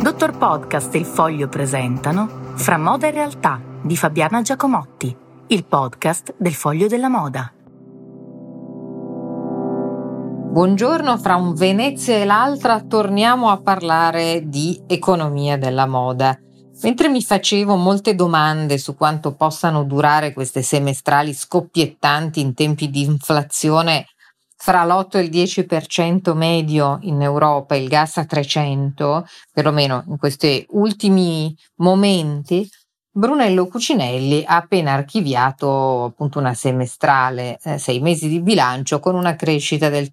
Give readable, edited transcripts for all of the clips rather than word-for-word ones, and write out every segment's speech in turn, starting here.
Dottor Podcast e Il Foglio presentano Fra moda e realtà di Fabiana Giacomotti, il podcast del Foglio della Moda. Buongiorno, fra un Venezia e l'altra torniamo a parlare di economia della moda. Mentre mi facevo molte domande su quanto possano durare queste semestrali scoppiettanti in tempi di inflazione fra l'8 e il 10% medio in Europa, il gas a 300, perlomeno in questi ultimi momenti, Brunello Cucinelli ha appena archiviato appunto una semestrale, 6 mesi di bilancio con una crescita del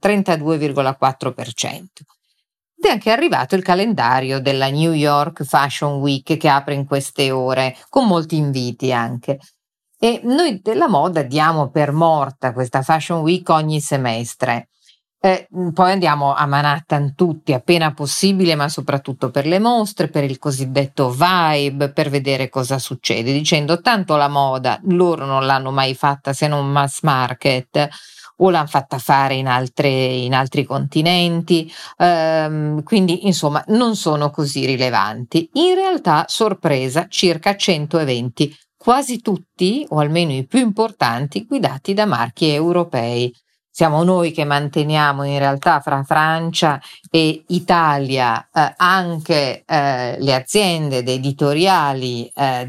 32,4%. Ed è anche arrivato il calendario della New York Fashion Week che apre in queste ore, con molti inviti anche. E noi della moda diamo per morta questa Fashion Week ogni semestre. Poi andiamo a Manhattan tutti appena possibile, ma soprattutto per le mostre, per il cosiddetto vibe, per vedere cosa succede, dicendo tanto la moda loro non l'hanno mai fatta se non mass market, o l'hanno fatta fare in altri continenti, quindi insomma non sono così rilevanti. In realtà, sorpresa, circa 100 eventi, quasi tutti, o almeno i più importanti, guidati da marchi europei. Siamo noi che manteniamo in realtà fra Francia e Italia anche le aziende editoriali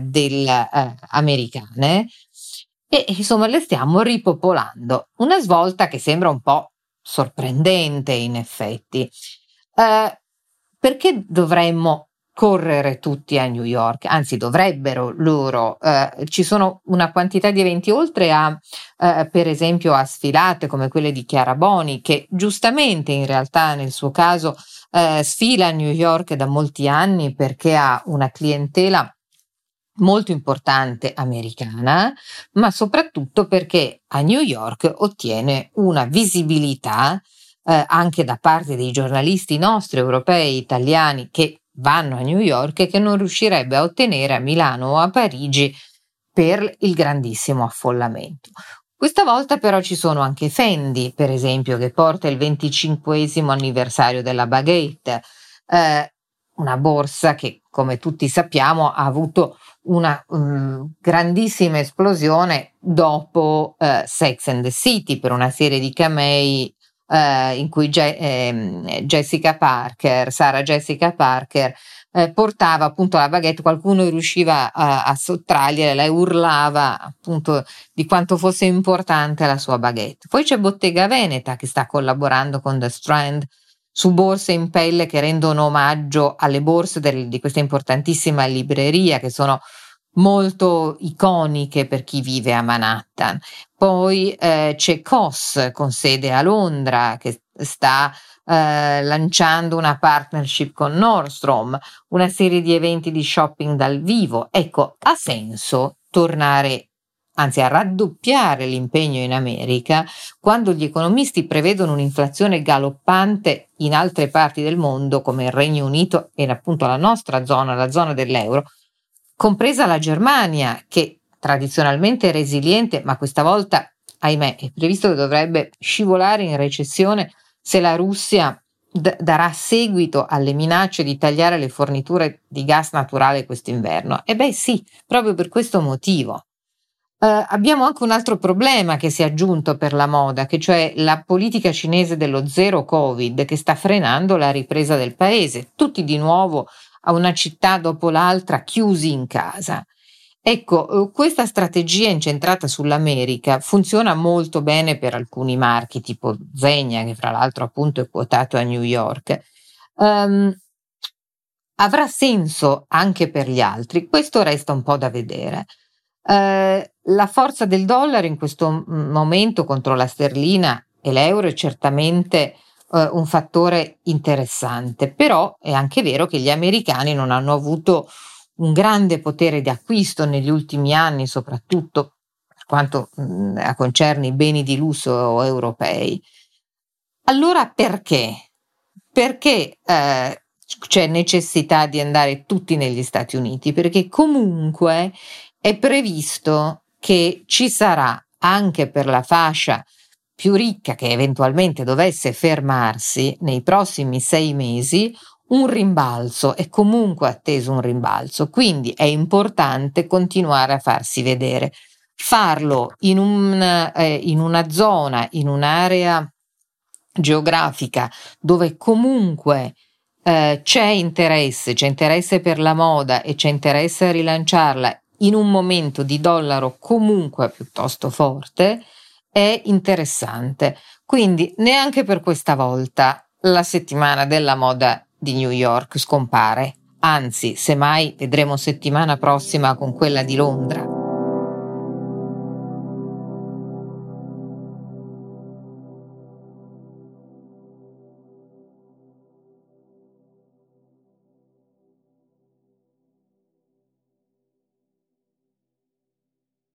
americane, e insomma le stiamo ripopolando. Una svolta che sembra un po' sorprendente in effetti. Perché dovremmo correre tutti a New York? Anzi, dovrebbero loro. Ci sono una quantità di eventi, oltre a per esempio a sfilate come quelle di Chiara Boni, che giustamente in realtà nel suo caso sfila a New York da molti anni perché ha una clientela molto importante americana, ma soprattutto perché a New York ottiene una visibilità anche da parte dei giornalisti nostri, europei, italiani, che vanno a New York e che non riuscirebbe a ottenere a Milano o a Parigi per il grandissimo affollamento. Questa volta però ci sono anche Fendi, per esempio, che porta il 25esimo anniversario della Baguette, una borsa che, come tutti sappiamo, ha avuto una grandissima esplosione dopo Sex and the City, per una serie di camei in cui Sarah Jessica Parker portava appunto la baguette. Qualcuno riusciva a sottrargliela, lei urlava appunto di quanto fosse importante la sua baguette. Poi c'è Bottega Veneta che sta collaborando con The Strand su borse in pelle che rendono omaggio alle borse di questa importantissima libreria, che sono molto iconiche per chi vive a Manhattan. Poi c'è COS con sede a Londra che sta lanciando una partnership con Nordstrom, una serie di eventi di shopping dal vivo. Ecco, ha senso tornare, anzi a raddoppiare l'impegno in America quando gli economisti prevedono un'inflazione galoppante in altre parti del mondo come il Regno Unito e appunto la nostra zona, la zona dell'euro, compresa la Germania, che tradizionalmente è resiliente, ma questa volta, ahimè, è previsto che dovrebbe scivolare in recessione se la Russia darà seguito alle minacce di tagliare le forniture di gas naturale quest'inverno. E beh sì, proprio per questo motivo. Abbiamo anche un altro problema che si è aggiunto per la moda, che cioè la politica cinese dello zero Covid, che sta frenando la ripresa del paese. Tutti di nuovo a una città dopo l'altra chiusi in casa. Ecco, questa strategia incentrata sull'America funziona molto bene per alcuni marchi, tipo Zegna, che fra l'altro appunto è quotato a New York. Avrà senso anche per gli altri? Questo resta un po' da vedere. La forza del dollaro in questo momento contro la sterlina e l'euro è certamente un fattore interessante, però è anche vero che gli americani non hanno avuto un grande potere di acquisto negli ultimi anni, soprattutto per quanto concerne i beni di lusso europei. Allora perché? Perché c'è necessità di andare tutti negli Stati Uniti? Perché comunque è previsto che ci sarà anche per la fascia più ricca che eventualmente dovesse fermarsi nei prossimi 6 mesi un rimbalzo, è comunque atteso un rimbalzo, quindi è importante continuare a farsi vedere. Farlo in una zona, in un'area geografica dove comunque c'è interesse per la moda e c'è interesse a rilanciarla in un momento di dollaro comunque piuttosto forte, è interessante. Quindi neanche per questa volta la settimana della moda di New York scompare, anzi, semmai vedremo settimana prossima con quella di Londra.